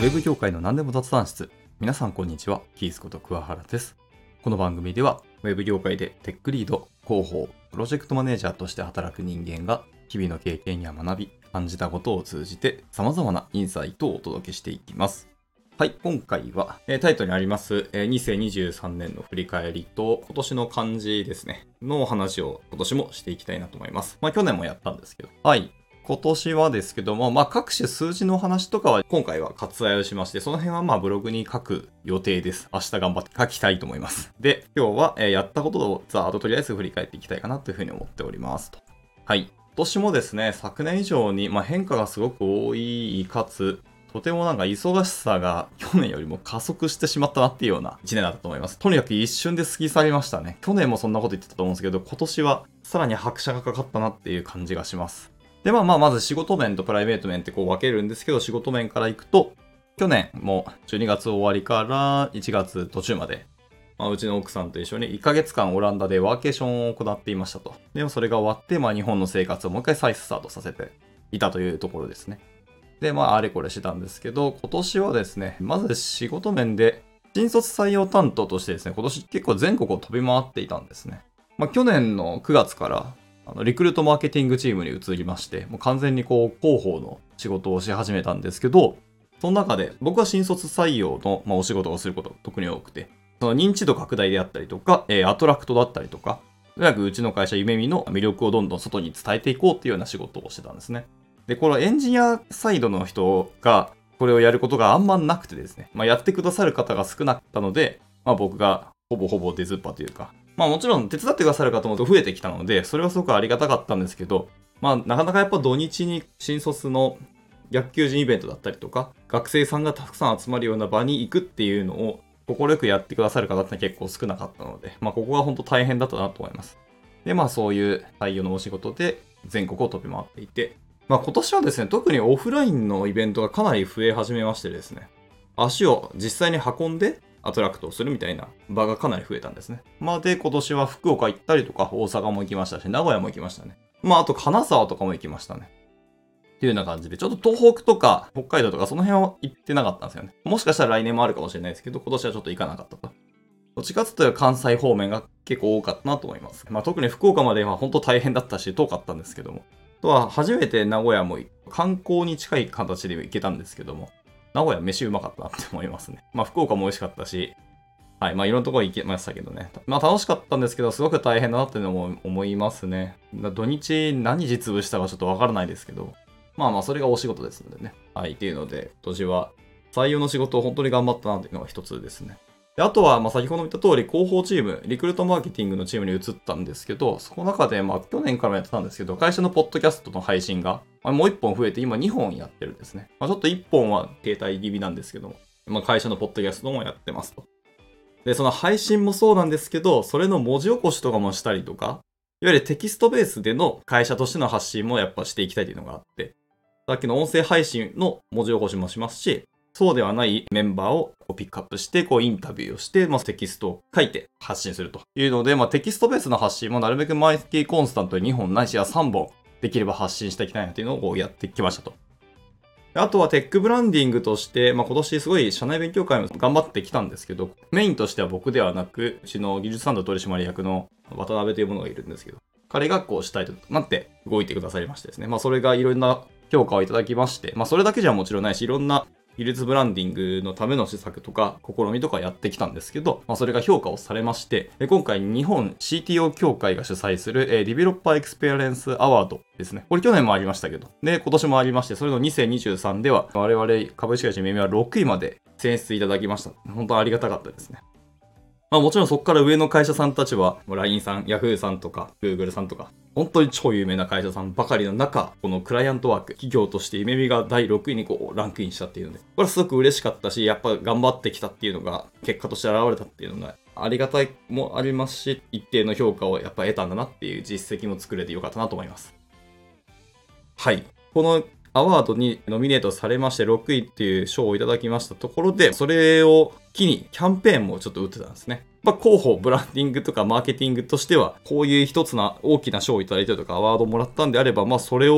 ウェブ業界の何でも雑談室。皆さんこんにちは。キースこと桑原です。この番組では、ウェブ業界でテックリード、広報、プロジェクトマネージャーとして働く人間が、日々の経験や学び、感じたことを通じて、様々なインサイトをお届けしていきます。はい、今回は、タイトルにあります、2023年の振り返りと、今年の漢字ですね、の話を今年もしていきたいなと思います。去年もやったんですけど。はい。今年はですけども、各種数字の話とかは今回は割愛をしまして、その辺はブログに書く予定です。明日頑張って書きたいと思います。で、今日はやったことをざーっととりあえず振り返っていきたいかなというふうに思っておりますと。はい。今年もですね、昨年以上に変化がすごく多いかつ、とても忙しさが去年よりも加速してしまったなっていうような1年だったと思います。とにかく一瞬で過ぎ去りましたね。去年もそんなこと言ってたと思うんですけど、今年はさらに拍車がかかったなっていう感じがします。で、まず仕事面とプライベート面って分けるんですけど、仕事面からいくと、去年も12月終わりから1月途中まで、うちの奥さんと一緒に1ヶ月間オランダでワーケーションを行っていましたと。でもそれが終わって、日本の生活をもう一回再スタートさせていたというところですね。で、あれこれしてたんですけど、今年はですね、まず仕事面で、新卒採用担当としてですね、今年結構全国を飛び回っていたんですね。去年の9月から、リクルートマーケティングチームに移りまして、もう完全に広報の仕事をし始めたんですけど、その中で僕は新卒採用の、お仕事をすることが特に多くて、その認知度拡大であったりとか、アトラクトだったりとか、とにかくうちの会社夢見の魅力をどんどん外に伝えていこうっていうような仕事をしてたんですね。で、このエンジニアサイドの人がこれをやることがあんまなくてですね、やってくださる方が少なかったので、僕がほぼ出ずっぱというか、もちろん手伝ってくださる方も増えてきたので、それはすごくありがたかったんですけど、なかなかやっぱ土日に新卒の逆求人イベントだったりとか、学生さんがたくさん集まるような場に行くっていうのを心よくやってくださる方って結構少なかったので、ここが本当大変だったなと思います。で、そういう採用のお仕事で全国を飛び回っていて、今年はですね、特にオフラインのイベントがかなり増え始めましてですね、足を実際に運んでアトラクトをするみたいな場がかなり増えたんですね。で、今年は福岡行ったりとか、大阪も行きましたし、名古屋も行きましたね。あと金沢とかも行きましたね。っていうような感じで、ちょっと東北とか北海道とかその辺は行ってなかったんですよね。もしかしたら来年もあるかもしれないですけど、今年はちょっと行かなかったと。どっちかというと関西方面が結構多かったなと思います。特に福岡までは本当大変だったし、遠かったんですけども。あとは初めて名古屋も観光に近い形で行けたんですけども、名古屋飯うまかったなって思いますね。福岡も美味しかったし、はい、いろんなところ行きましたけどね。楽しかったんですけど、すごく大変だなっていうのも思いますね。土日何時潰したかちょっとわからないですけど、それがお仕事ですのでね。はい、っていうので、今年は採用の仕事を本当に頑張ったなっていうのが一つですね。で、あとは、先ほど言った通り、広報チーム、リクルートマーケティングのチームに移ったんですけど、そこの中で、去年からもやってたんですけど、会社のポッドキャストの配信が、もう1本増えて、今2本やってるんですね。ちょっと1本は携帯気味なんですけども、会社のポッドキャストもやってますと。で、その配信もそうなんですけど、それの文字起こしとかもしたりとか、いわゆるテキストベースでの会社としての発信もやっぱしていきたいというのがあって、さっきの音声配信の文字起こしもしますし、そうではないメンバーをピックアップして、インタビューをして、テキストを書いて発信するというので、テキストベースの発信もなるべく毎月コンスタントに2本ないしは3本できれば発信していきたいなというのをやってきましたと。あとはテックブランディングとして、今年すごい社内勉強会も頑張ってきたんですけど、メインとしては僕ではなく、うちの技術サンド取締役の渡辺というものがいるんですけど、彼が主体となって動いてくださいましてですね。それがいろんな評価をいただきまして、それだけじゃもちろんないし、いろんな技術ブランディングのための施策とか試みとかやってきたんですけど、それが評価をされまして、今回日本 CTO 協会が主催するディベロッパーエクスペリエンスアワードですね。これ去年もありましたけど、で、今年もありまして、それの2023では我々株式会社めみは6位まで選出いただきました。本当にありがたかったですね。もちろんそこから上の会社さんたちは、LINE さん、Yahoo さんとか、Google さんとか、本当に超有名な会社さんばかりの中、このクライアントワーク、企業として夢見が第6位にランクインしたっていうので、これはすごく嬉しかったし、やっぱ頑張ってきたっていうのが、結果として現れたっていうのが、ありがたいもありますし、一定の評価をやっぱ得たんだなっていう実績も作れてよかったなと思います。はい。このアワードにノミネートされまして6位っていう賞をいただきましたところで、それを機にキャンペーンもちょっと打ってたんですね。広報、ブランディングとかマーケティングとしては、こういう一つの大きな賞をいただいたりとかアワードをもらったんであれば、それを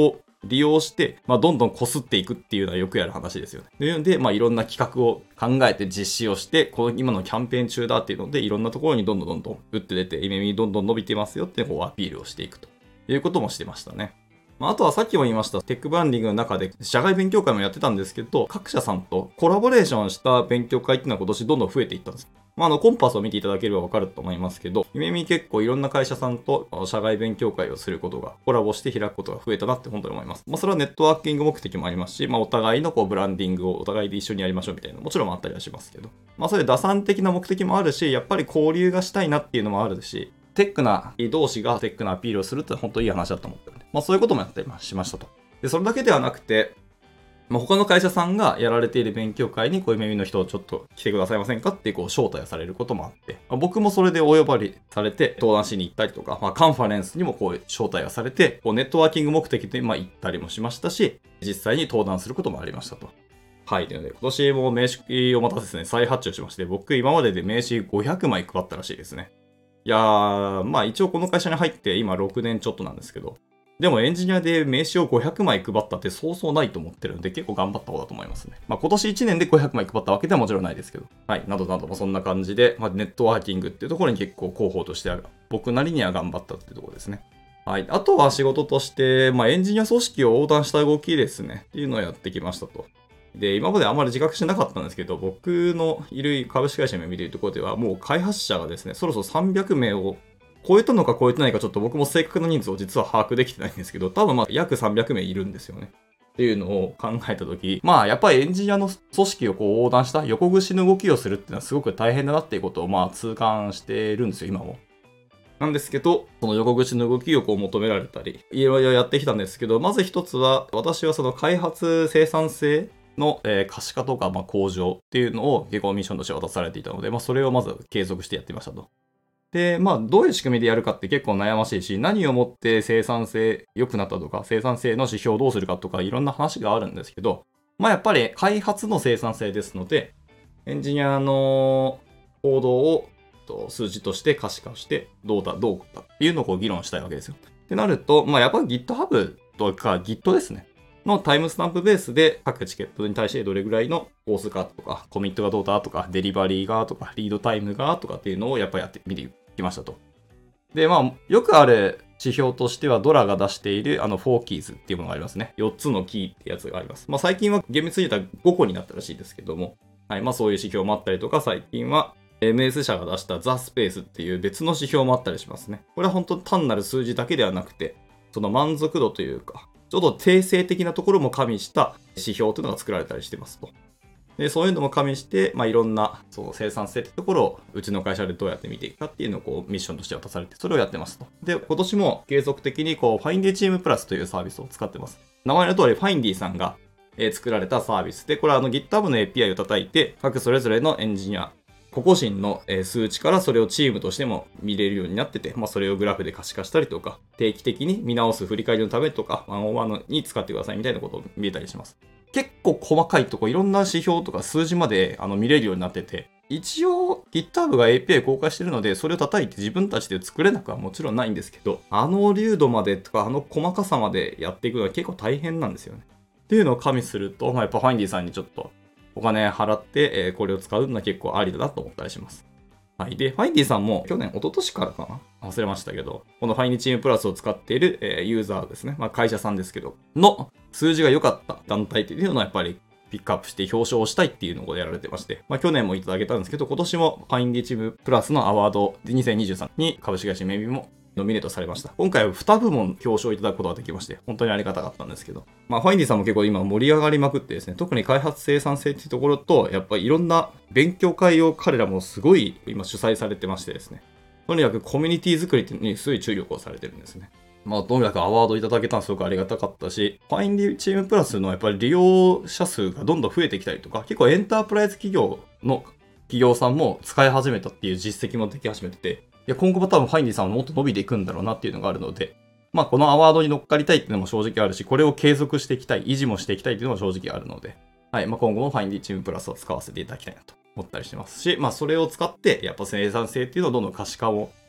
利用して、どんどん擦っていくっていうのはよくやる話ですよね。というので、いろんな企画を考えて実施をして、この今のキャンペーン中だっていうので、いろんなところにどんどん打って出て、イメミどんどん伸びてますよってこうアピールをしていくということもしてましたね。あとはさっきも言いました、テックブランディングの中で社外勉強会もやってたんですけど、各社さんとコラボレーションした勉強会っていうのは今年どんどん増えていったんです。コンパスを見ていただければわかると思いますけど、イメミ結構いろんな会社さんと社外勉強会をすることが、コラボして開くことが増えたなって本当に思います。それはネットワーキング目的もありますし、お互いのブランディングをお互いで一緒にやりましょうみたいな、もちろんあったりはしますけど、そういう打算的な目的もあるし、やっぱり交流がしたいなっていうのもあるし、テックな同士がテックなアピールをするって本当にいい話だと思ってるんで、そういうこともやったりしましたと。で、それだけではなくて、他の会社さんがやられている勉強会にこういう耳の人をちょっと来てくださいませんかって招待されることもあって、僕もそれでお呼ばれされて登壇しに行ったりとか、カンファレンスにも招待がされて、ネットワーキング目的で行ったりもしましたし、実際に登壇することもありましたと。はい。というので、今年も名刺をまたですね、再発注しまして、僕今までで名刺500枚配ったらしいですね。いやー、一応この会社に入って今6年ちょっとなんですけど、でもエンジニアで名刺を500枚配ったってそうそうないと思ってるので結構頑張った方だと思いますね。今年1年で500枚配ったわけではもちろんないですけど。はい。などなどもそんな感じで、ネットワーキングっていうところに結構広報としては僕なりには頑張ったっていうところですね。はい。あとは仕事として、エンジニア組織を横断した動きですね。っていうのをやってきましたと。で、今まであまり自覚してなかったんですけど、僕のいる株式会社を見ているところでは、もう開発者がですね、そろそろ300名を超えたのか超えてないかちょっと僕も正確な人数を実は把握できてないんですけど、多分約300名いるんですよね。っていうのを考えたとき、やっぱりエンジニアの組織を横断した横串の動きをするっていうのはすごく大変だなっていうことを痛感してるんですよ、今も。なんですけど、その横口の動きを求められたり、いろいろやってきたんですけど、まず一つは、私はその開発生産性の可視化とか向上っていうのを結構ミッションとして渡されていたので、それをまず継続してやってみましたと。で、どういう仕組みでやるかって結構悩ましいし、何をもって生産性良くなったとか、生産性の指標をどうするかとか、いろんな話があるんですけど、やっぱり開発の生産性ですので、エンジニアの行動を数字として可視化して、どうかっていうのを議論したいわけですよ。ってなると、やっぱり GitHub とか Git ですね。のタイムスタンプベースで各チケットに対してどれぐらいのコースかとか、コミットがどうだとか、デリバリーがとか、リードタイムがとかっていうのをやっぱりやってみてきましたと。で、よくある指標としてはドラが出している4キーズっていうものがありますね。4つのキーってやつがあります。最近は厳密に言ったら5個になったらしいですけども、はい。そういう指標もあったりとか、最近は MS 社が出したザ・スペースっていう別の指標もあったりしますね。これは本当単なる数字だけではなくて、その満足度というか、ちょっと定性的なところも加味した指標というのが作られたりしてますと。で、そういうのも加味して、いろんなその生産性ってところをうちの会社でどうやって見ていくかっていうのをミッションとして渡されて、それをやってますと。で、今年も継続的にFindy チームプラスというサービスを使ってます。名前の通り Findy さんが作られたサービスで、これはGitHub の API を叩いて、各それぞれのエンジニア、個々人の数値からそれをチームとしても見れるようになってて、それをグラフで可視化したりとか、定期的に見直す振り返りのためとか、101に使ってくださいみたいなことを見えたりします。結構細かいとこ、いろんな指標とか数字まで見れるようになってて、一応 GitHub が API 公開してるので、それを叩いて自分たちで作れなくはもちろんないんですけど、流度までとか、細かさまでやっていくのは結構大変なんですよね。っていうのを加味すると、やっぱファインディさんにちょっとお金払って、これを使うのは結構ありだなと思ったりします。はい。で、ファインディさんも去年、一昨年からかな忘れましたけど、このファインディチームプラスを使っている、ユーザーですね。会社さんですけど、の数字が良かった団体っていうのはやっぱりピックアップして表彰をしたいっていうのをやられてまして、去年もいただけたんですけど、今年もファインディチームプラスのアワード2023に株式会社メビもノミネートされました。今回は2部門表彰いただくことができまして、本当にありがたかったんですけど。ファインディさんも結構今盛り上がりまくってですね、特に開発生産性っていうところと、やっぱりいろんな勉強会を彼らもすごい今主催されてましてですね、とにかくコミュニティ作りっていうのにすごい注力をされてるんですね。とにかくアワードいただけたのすごくありがたかったし、ファインディチームプラスのやっぱり利用者数がどんどん増えてきたりとか、結構エンタープライズ企業の企業さんも使い始めたっていう実績もでき始めてて、今後も多分ファインディさんはもっと伸びていくんだろうなっていうのがあるので、このアワードに乗っかりたいっていうのも正直あるし、これを継続していきたい、維持もしていきたいっていうのも正直あるので、はい、今後もファインディチームプラスを使わせていただきたいなと思ったりしてますし、それを使って、やっぱ生産性っていうのをどんどん可視化を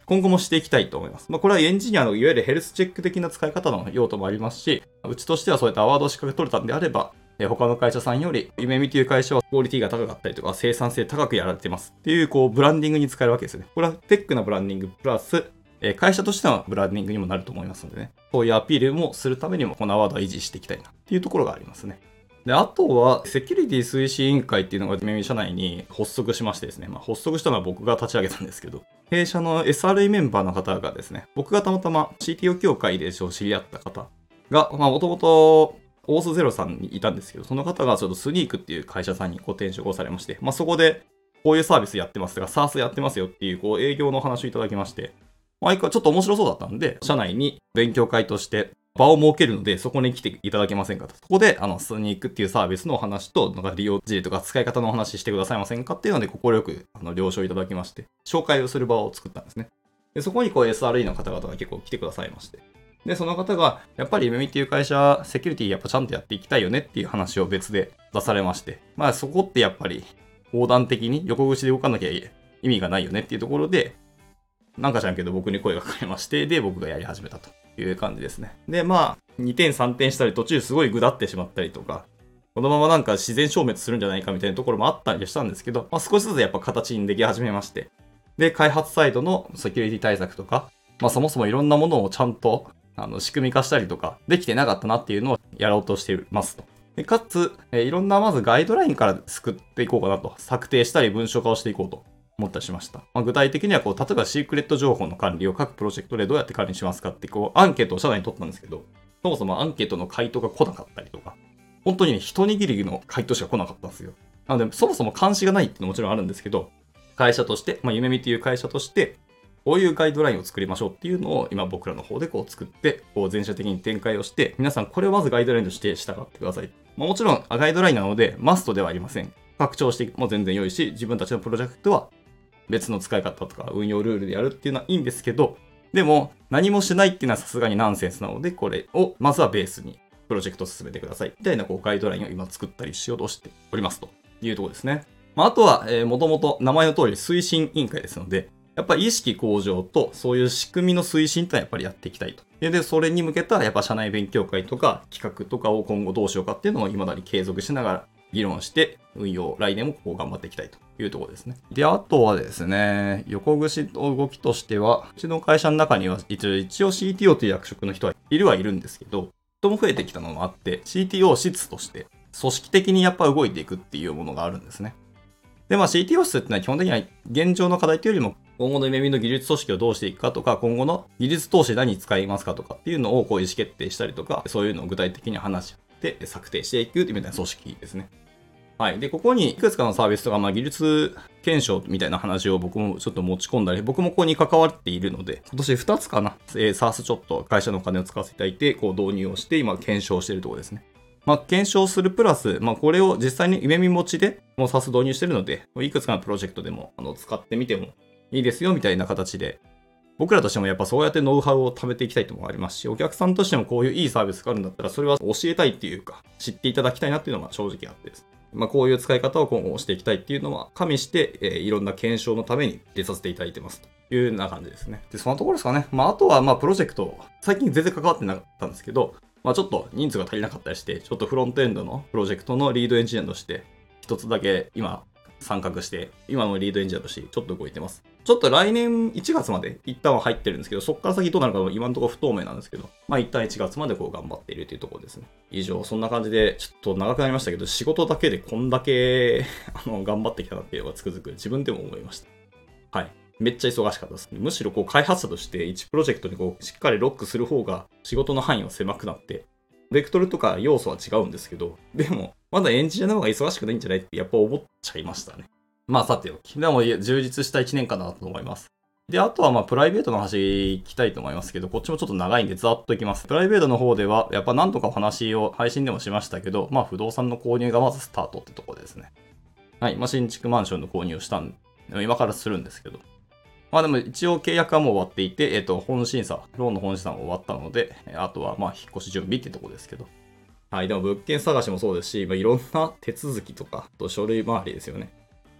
今後もしていきたいと思います。これはエンジニアのいわゆるヘルスチェック的な使い方の用途もありますし、うちとしてはそういったアワード資格取れたんであれば、他の会社さんより、夢見という会社はクオリティが高かったりとか、生産性高くやられてますっていう、ブランディングに使えるわけですよね。これはテックなブランディングプラス、会社としてのブランディングにもなると思いますのでね。そういうアピールもするためにも、このアワードは維持していきたいなっていうところがありますね。で、あとは、セキュリティ推進委員会っていうのが夢見社内に発足しましてですね。発足したのは僕が立ち上げたんですけど、弊社の SRE メンバーの方がですね、僕がたまたま CTO 協会で知り合った方が、もともと、オースゼロさんにいたんですけど、その方がちょっとスニークっていう会社さんに転職をされまして、そこでこういうサービスやってますとか、SaaS やってますよっていう営業の話をいただきまして、ちょっと面白そうだったんで、社内に勉強会として場を設けるので、そこに来ていただけませんかと。そこで、スニークっていうサービスのお話と、利用事例とか使い方のお話してくださいませんかっていうので、快く了承いただきまして、紹介をする場を作ったんですね。で、そこにSRE の方々が結構来てくださいまして。で、その方が、やっぱり夢見っていう会社、セキュリティやっぱちゃんとやっていきたいよねっていう話を別で出されまして、そこってやっぱり横断的に横串で動かなきゃ意味がないよねっていうところで、なんかじゃんけど僕に声がかかりまして、で、僕がやり始めたという感じですね。で、2点3点したり途中すごいぐだってしまったりとか、このままなんか自然消滅するんじゃないかみたいなところもあったりしたんですけど、少しずつやっぱ形にでき始めまして、で、開発サイドのセキュリティ対策とか、そもそもいろんなものをちゃんと仕組み化したりとか、できてなかったなっていうのをやろうとしていますと。でかつ、いろんなまずガイドラインから作っていこうかなと。策定したり文章化をしていこうと思ったりしました。具体的には例えばシークレット情報の管理を各プロジェクトでどうやって管理しますかってアンケートを社内に取ったんですけど、そもそもアンケートの回答が来なかったりとか、本当にね、一握りの回答しか来なかったんですよ。なので、そもそも監視がないっていうのももちろんあるんですけど、会社として、夢見という会社として、こういうガイドラインを作りましょうっていうのを今僕らの方で作って、全社的に展開をして、皆さんこれをまずガイドラインとして従ってください。もちろんガイドラインなのでマストではありません。拡張しても全然良いし、自分たちのプロジェクトは別の使い方とか運用ルールでやるっていうのはいいんですけど、でも何もしないっていうのはさすがにナンセンスなので、これをまずはベースにプロジェクトを進めてください。みたいなガイドラインを今作ったりしようとしておりますというところですね。あとは、もともと名前の通り推進委員会ですので、やっぱり意識向上とそういう仕組みの推進ってのはやっぱりやっていきたいと。で、それに向けたやっぱ社内勉強会とか企画とかを今後どうしようかっていうのを未だに継続しながら議論して運用、来年も頑張っていきたいというところですね。で、あとはですね、横串の動きとしては、うちの会社の中には一応 CTO という役職の人はいるんですけど、人も増えてきたのもあって、CTO 室として組織的にやっぱ動いていくっていうものがあるんですね。で、CTO 室ってのは基本的には現状の課題というよりも今後の夢見の技術組織をどうしていくかとか、今後の技術投資何に使いますかとかっていうのを意思決定したりとか、そういうのを具体的に話して策定していくみたいな組織ですね。はい。で、ここにいくつかのサービスとか、技術検証みたいな話を僕もちょっと持ち込んだり、僕もここに関わっているので、今年2つかな、SaaS ちょっと会社のお金を使わせていただいて、導入をして、今検証しているところですね。検証するプラス、これを実際に夢見持ちでもう SaaS 導入しているので、いくつかのプロジェクトでも使ってみてもいいですよみたいな形で、僕らとしてもやっぱそうやってノウハウを貯めていきたいというのもありますし、お客さんとしてもこういういいサービスがあるんだったら、それは教えたいっていうか、知っていただきたいなっていうのが正直あってです。こういう使い方を今後していきたいっていうのは、加味して、いろんな検証のために出させていただいてますというような感じですね。で、そのところですかね。あとはプロジェクト、最近全然関わってなかったんですけど、ちょっと人数が足りなかったりして、ちょっとフロントエンドのプロジェクトのリードエンジニアとして、一つだけ今参画して、今のリードエンジニアとしてちょっと動いてます。ちょっと来年1月まで一旦は入ってるんですけど、そこから先どうなるかは今のところ不透明なんですけど、一旦1月まで頑張っているというところですね。以上、そんな感じで、ちょっと長くなりましたけど、仕事だけでこんだけ頑張ってきたなっていうのがつくづく自分でも思いました。はい。めっちゃ忙しかったです。むしろ開発者として1プロジェクトにしっかりロックする方が仕事の範囲は狭くなって、ベクトルとか要素は違うんですけど、でも、まだエンジニアの方が忙しくないんじゃないってやっぱ思っちゃいましたね。さておき。でも充実した1年間だなと思います。で、あとはプライベートの話聞きたいと思いますけど、こっちもちょっと長いんでざっといきます。プライベートの方では、やっぱ何度かお話を配信でもしましたけど、不動産の購入がまずスタートってところですね。はい。新築マンションの購入をした今からするんですけど。でも一応契約はもう終わっていて、本審査、ローンの本審査も終わったので、あとは引っ越し準備ってとこですけど。はい。でも物件探しもそうですし、いろんな手続きとか、書類周りですよね。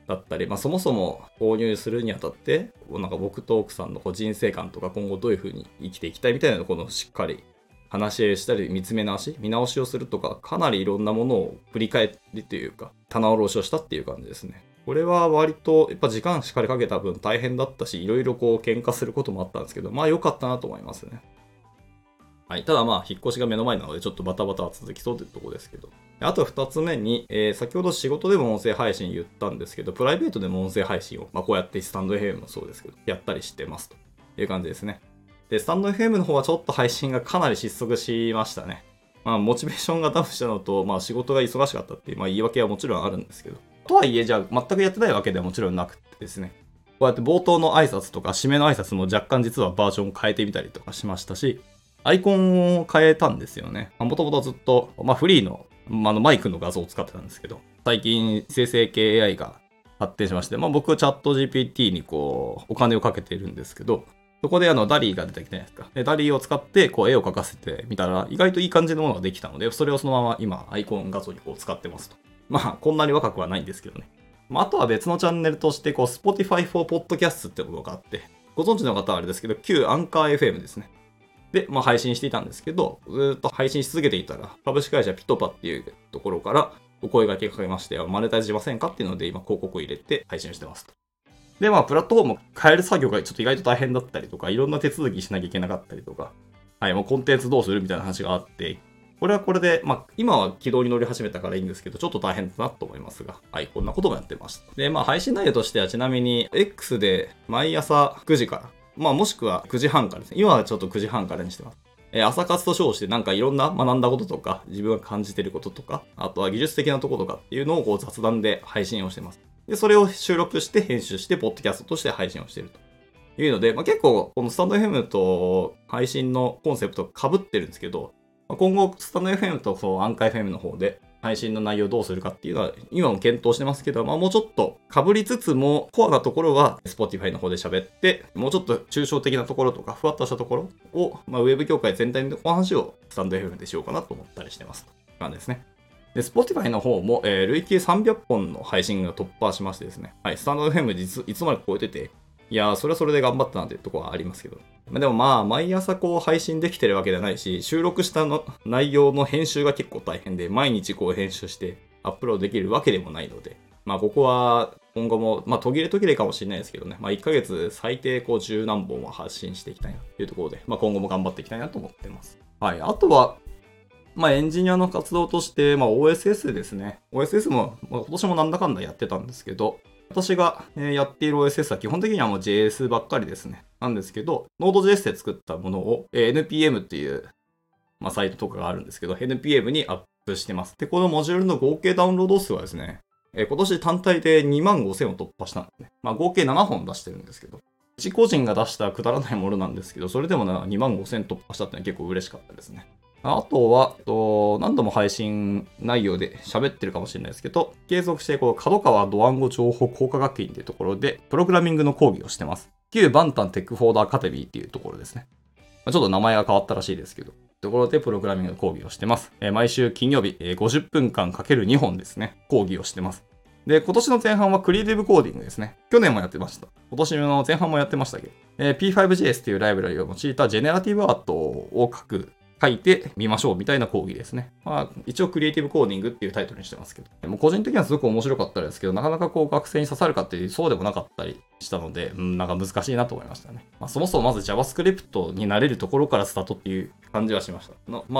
だったり、そもそも購入するにあたって、なんか僕と奥さんの人生観とか今後どういう風に生きていきたいみたいなのをしっかり話し合いしたり見直しをするとか、かなりいろんなものを振り返りというか、棚卸しをしたっていう感じですね。これは割とやっぱ時間しっかりかけた分大変だったし、いろいろ喧嘩することもあったんですけど、良かったなと思いますね。はい。ただ引っ越しが目の前なので、ちょっとバタバタは続きそうというところですけど。あと2つ目に、先ほど仕事でも音声配信言ったんですけど、プライベートでも音声配信を、こうやってスタンド FM もそうですけど、やったりしてますという感じですね。で、スタンド FM の方はちょっと配信がかなり失速しましたね。モチベーションがダウンしたのと、仕事が忙しかったっていう、言い訳はもちろんあるんですけど。とはいえ、じゃあ全くやってないわけではもちろんなくてですね。こうやって冒頭の挨拶とか締めの挨拶も若干実はバージョンを変えてみたりとかしましたし、アイコンを変えたんですよね。もともとずっと、フリーの、マイクの画像を使ってたんですけど、最近生成系 AI が発展しまして、僕はチャット GPT にお金をかけているんですけど、そこでダリーが出てきたじゃないですか。で、ダリーを使って絵を描かせてみたら、意外といい感じのものができたので、それをそのまま今、アイコン画像に使ってますと。こんなに若くはないんですけどね。あとは別のチャンネルとして、Spotify for Podcasts ってものがあって、ご存知の方はあれですけど、旧アンカー FM ですね。で、配信していたんですけど、ずっと配信し続けていたら、株式会社ピトパっていうところからお声掛けがかけまして、マネタイズしませんかっていうので、今広告を入れて配信してますと。で、プラットフォームを変える作業がちょっと意外と大変だったりとか、いろんな手続きしなきゃいけなかったりとか、はい、もうコンテンツどうするみたいな話があって、これはこれで、今は軌道に乗り始めたからいいんですけど、ちょっと大変だなと思いますが、はい、こんなこともやってました。で、配信内容としてはちなみに、X で毎朝9時から、もしくは9時半からですね。今はちょっと9時半からにしてます。朝活と称してなんかいろんな学んだこととか、自分が感じてることとか、あとは技術的なところとかっていうのを雑談で配信をしてます。で、それを収録して編集して、ポッドキャストとして配信をしているというので、結構このスタンド FM と配信のコンセプトが被ってるんですけど、今後スタンド FM とアンカー FM の方で配信の内容をどうするかっていうのは今も検討してますけど、もうちょっと被りつつもコアなところは Spotify の方で喋って、もうちょっと抽象的なところとかふわっとしたところを、ウェブ業界全体のお話をスタンド FM でしようかなと思ったりしてますという感じですね。で、Spotify の方も、累計300本の配信が突破しましてですね。はい、スタンド FM いつまで超えてて、いやー、それはそれで頑張ったなというところはありますけど。でも毎朝配信できてるわけじゃないし、収録した内容の編集が結構大変で、毎日編集してアップロードできるわけでもないので、ここは今後も、途切れかもしれないですけどね、1ヶ月最低10何本は発信していきたいなというところで、今後も頑張っていきたいなと思っています。はい、あとは、エンジニアの活動として、OSS ですね。OSS も、今年もなんだかんだやってたんですけど、私がやっている OSS は基本的にはもう JS ばっかりですね。なんですけど、Node.js で作ったものを NPM っていう、サイトとかがあるんですけど、NPM にアップしてます。で、このモジュールの合計ダウンロード数はですね、今年単体で25,000を突破したんですね。合計7本出してるんですけど、一個人が出したくだらないものなんですけど、それでも25,000突破したってのは結構嬉しかったですね。あとは、何度も配信内容で喋ってるかもしれないですけど、継続して角川ドワンゴ情報工科学院というところで、プログラミングの講義をしてます。旧バンタンテックフォードアカデミーっていうところですね。ちょっと名前が変わったらしいですけど、ところでプログラミングの講義をしてます。毎週金曜日、50分間かける2本ですね、講義をしてます。で、今年の前半はクリエイティブコーディングですね。去年もやってました。今年の前半もやってましたけど、P5JS というライブラリを用いたジェネラティブアートを書いてみましょうみたいな講義ですね。一応クリエイティブコーディングっていうタイトルにしてますけど。もう個人的にはすごく面白かったですけど、なかなか学生に刺さるかっていうそうでもなかったりしたので、なんか難しいなと思いましたね。そもそもまず JavaScript になれるところからスタートっていう感じはしました。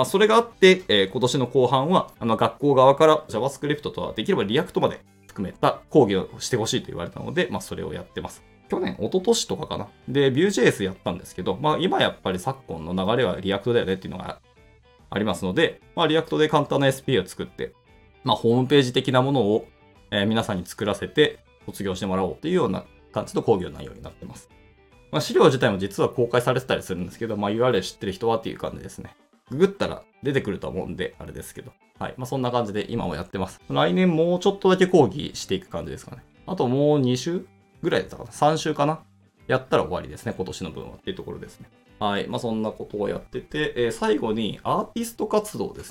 それがあって、今年の後半は、学校側から JavaScript とはできれば React まで含めた講義をしてほしいと言われたので、それをやってます。去年、一昨年とかかな。で、Vue.js やったんですけど、今やっぱり昨今の流れは React だよねっていうのがありますので、React で簡単な SP を作って、ホームページ的なものを、皆さんに作らせて卒業してもらおうというような感じの講義の内容になってます。資料自体も実は公開されてたりするんですけど、URL 知ってる人はっていう感じですね。ググったら出てくると思うんで、あれですけど。はい。そんな感じで今もやってます。来年もうちょっとだけ講義していく感じですかね。あともう2週ぐらいだったかな ?3 週かなやったら終わりですね。今年の分はっていうところですね。はい。そんなことをやってて、最後にアーティスト活動ですね。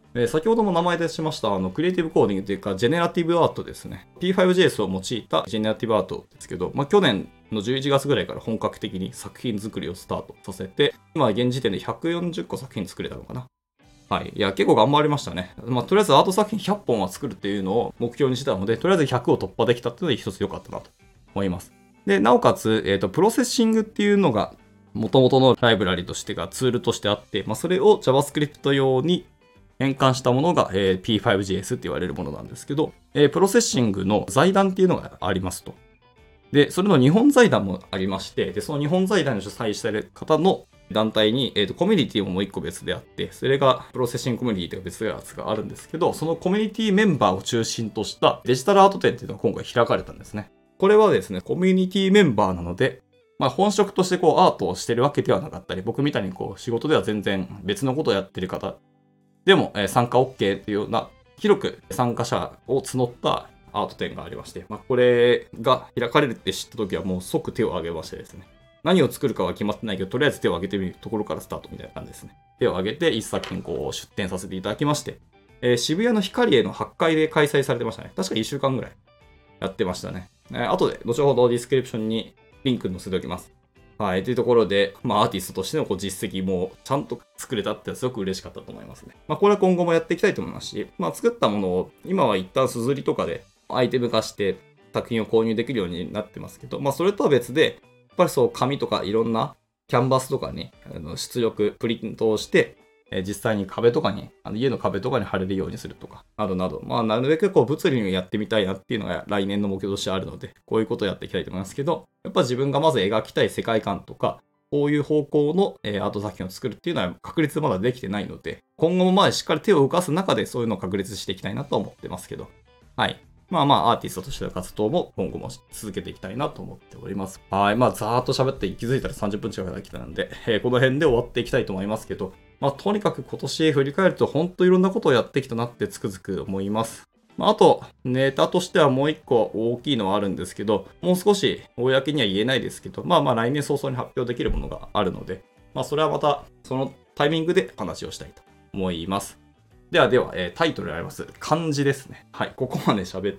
先ほども名前出しました、クリエイティブコーディングというか、ジェネラティブアートですね。P5JS を用いたジェネラティブアートですけど、去年の11月ぐらいから本格的に作品作りをスタートさせて、今現時点で140個作品作れたのかな。はい。いや、結構頑張りましたね。とりあえずアート作品100本は作るっていうのを目標にしてたので、とりあえず100を突破できたっていうので一つ良かったなと思います。で、なおかつ、プロセッシングっていうのが、元々のライブラリとしてがツールとしてあって、それを JavaScript 用に変換したものが、P5JS って言われるものなんですけど、プロセッシングの財団っていうのがありますと。で、それの日本財団もありまして、で、その日本財団に主催している方の団体に、コミュニティももう一個別であって、それがプロセッシングコミュニティという別のやつがあるんですけど、そのコミュニティメンバーを中心としたデジタルアート展っていうのが今回開かれたんですね。これはですね、コミュニティメンバーなので、本職としてアートをしてるわけではなかったり、僕みたいに仕事では全然別のことをやってる方でも、参加 OK っていうような、広く参加者を募ったアート展がありまして、これが開かれるって知った時はもう即手を挙げましてですね。何を作るかは決まってないけど、とりあえず手を挙げてみるところからスタートみたいな感じですね。手を挙げて一作品出展させていただきまして、渋谷のヒカリエの8階で開催されてましたね。確か1週間ぐらいやってましたね。後で、後ほどディスクリプションにリンク載せておきます。はい。というところで、アーティストとしての実績もちゃんと作れたってすごく嬉しかったと思いますね。これは今後もやっていきたいと思いますし、作ったものを今は一旦すずりとかでアイテム化して作品を購入できるようになってますけど、それとは別で、やっぱり紙とかいろんなキャンバスとかに出力、プリントをして、実際に壁とかに、家の壁とかに貼れるようにするとか、などなど、なるべく物理にやってみたいなっていうのが来年の目標としてあるので、こういうことをやっていきたいと思いますけど、やっぱ自分がまず描きたい世界観とか、こういう方向のアート作品を作るっていうのは確立まだできてないので、今後もしっかり手を動かす中でそういうのを確立していきたいなと思ってますけど、はい。アーティストとしての活動も今後も続けていきたいなと思っております。はい。ざーっと喋って気づいたら30分近くなってきたので、この辺で終わっていきたいと思いますけど、とにかく今年振り返ると本当いろんなことをやってきたなってつくづく思います。あと、ネタとしてはもう一個大きいのはあるんですけど、もう少し公には言えないですけど、来年早々に発表できるものがあるので、それはまたそのタイミングで話をしたいと思います。では、タイトルであります漢字ですね。はい。ここまで喋って、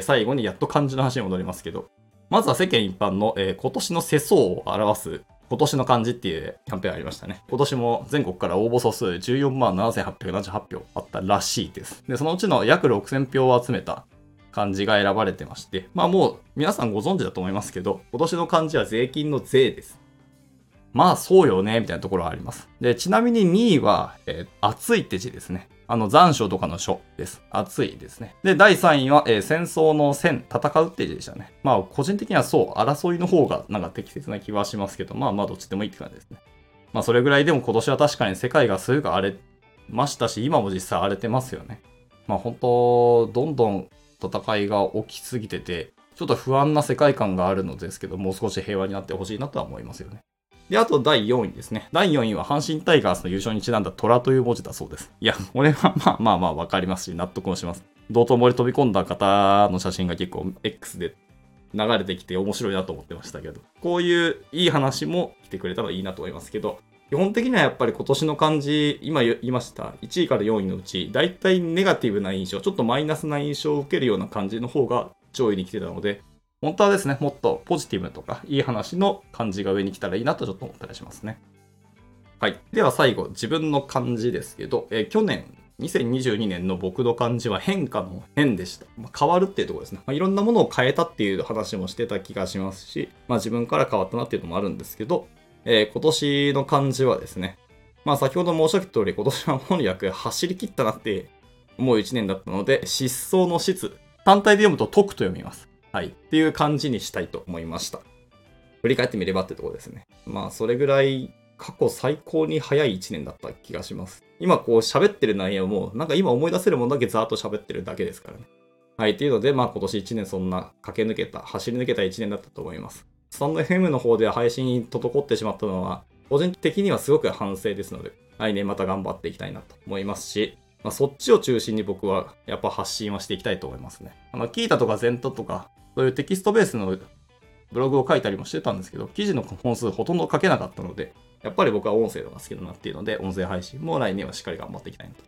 最後にやっと漢字の話に戻りますけど、まずは世間一般の、今年の世相を表す今年の漢字っていうキャンペーンありましたね。今年も全国から応募総数14万7878票あったらしいです。で、そのうちの約6000票を集めた漢字が選ばれてまして、もう皆さんご存知だと思いますけど、今年の漢字は税金の税です。そうよね、みたいなところはあります。で、ちなみに2位は、暑いって字ですね。残暑とかの書です。暑いですね。で、第3位は、戦争の戦、戦うって字でしたね。個人的にはそう、争いの方がなんか適切な気はしますけど、どっちでもいいって感じですね。それぐらいでも今年は確かに世界がすごく荒れましたし、今も実際荒れてますよね。本当、どんどん戦いが起きすぎてて、ちょっと不安な世界観があるのですけど、もう少し平和になってほしいなとは思いますよね。で、あと第4位ですね。第4位は阪神タイガースの優勝にちなんだ虎という文字だそうです。いや、これはわかりますし、納得もします。道頓堀飛び込んだ方の写真が結構 X で流れてきて面白いなと思ってましたけど、こういういい話も来てくれたらいいなと思いますけど、基本的にはやっぱり今年の漢字、今言いました1位から4位のうち、だいたいネガティブな印象、ちょっとマイナスな印象を受けるような漢字の方が上位に来てたので、本当はですね、もっとポジティブとかいい話の漢字が上に来たらいいなとちょっと思ったりしますね。はい。では最後、自分の漢字ですけど、去年、2022年の僕の漢字は変化の変でした。変わるっていうところですね。いろんなものを変えたっていう話もしてた気がしますし、自分から変わったなっていうのもあるんですけど、今年の漢字はですね、先ほど申し上げた通り、今年はとにかく走り切ったなって思う1年だったので、失踪の失、単体で読むと徳と読みます。はい。っていう感じにしたいと思いました。振り返ってみればってところですね。それぐらい過去最高に早い1年だった気がします。今喋ってる内容も、なんか今思い出せるものだけざーっと喋ってるだけですからね。はい。っていうので、今年1年そんな駆け抜けた、走り抜けた1年だったと思います。スタンド FM の方で配信に滞ってしまったのは、個人的にはすごく反省ですので、来年また頑張っていきたいなと思いますし、そっちを中心に僕はやっぱ発信はしていきたいと思いますね。キータとかゼントとか、そういうテキストベースのブログを書いたりもしてたんですけど、記事の本数ほとんど書けなかったので、やっぱり僕は音声のが好きだなっていうので、音声配信も来年はしっかり頑張っていきたいなと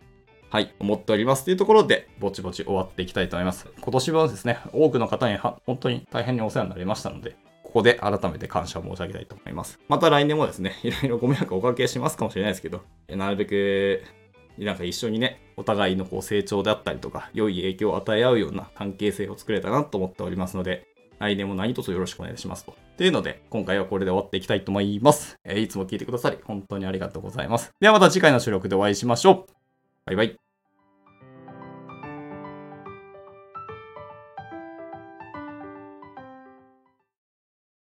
はい、思っておりますというところで、ぼちぼち終わっていきたいと思います。今年はですね、多くの方に本当に大変にお世話になりましたので、ここで改めて感謝を申し上げたいと思います。また来年もですね、いろいろご迷惑をおかけしますかもしれないですけど、なるべく、なんか一緒にね、お互いの成長であったりとか、良い影響を与え合うような関係性を作れたなと思っておりますので、来年も何卒よろしくお願いしますと。というので、今回はこれで終わっていきたいと思います。いつも聞いてくださり、本当にありがとうございます。ではまた次回の収録でお会いしましょう。バイバイ。